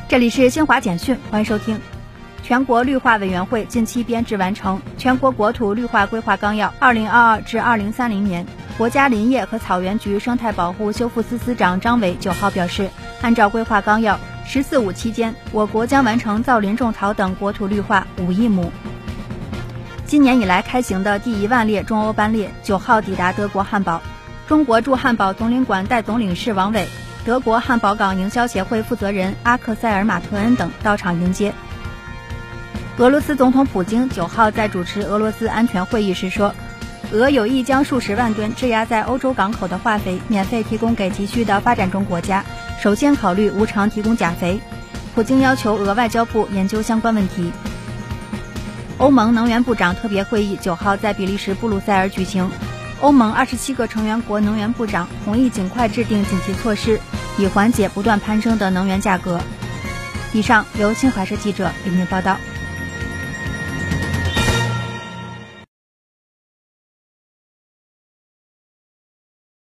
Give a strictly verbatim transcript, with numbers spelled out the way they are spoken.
这里是新华简讯，欢迎收听。全国绿化委员会近期编制完成《全国国土绿化规划纲要（二零二二至二零三零年）》。国家林业和草原局生态保护修复司司长张伟九号表示，按照规划纲要，“十四五”期间，我国将完成造林种草等国土绿化五亿亩。今年以来开行的第一万列中欧班列九号抵达德国汉堡，中国驻汉堡总领馆代总领事王伟、德国汉堡港营销协会负责人阿克塞尔马特恩等到场迎接。俄罗斯总统普京九号在主持俄罗斯安全会议时说，俄有意将数十万吨质押在欧洲港口的化肥免费提供给急需的发展中国家，首先考虑无偿提供钾肥。普京要求俄外交部研究相关问题。欧盟能源部长特别会议九号在比利时布鲁塞尔举行，欧盟二十七个成员国能源部长同意尽快制定紧急措施，以缓解不断攀升的能源价格。以上由新华社记者为您报道。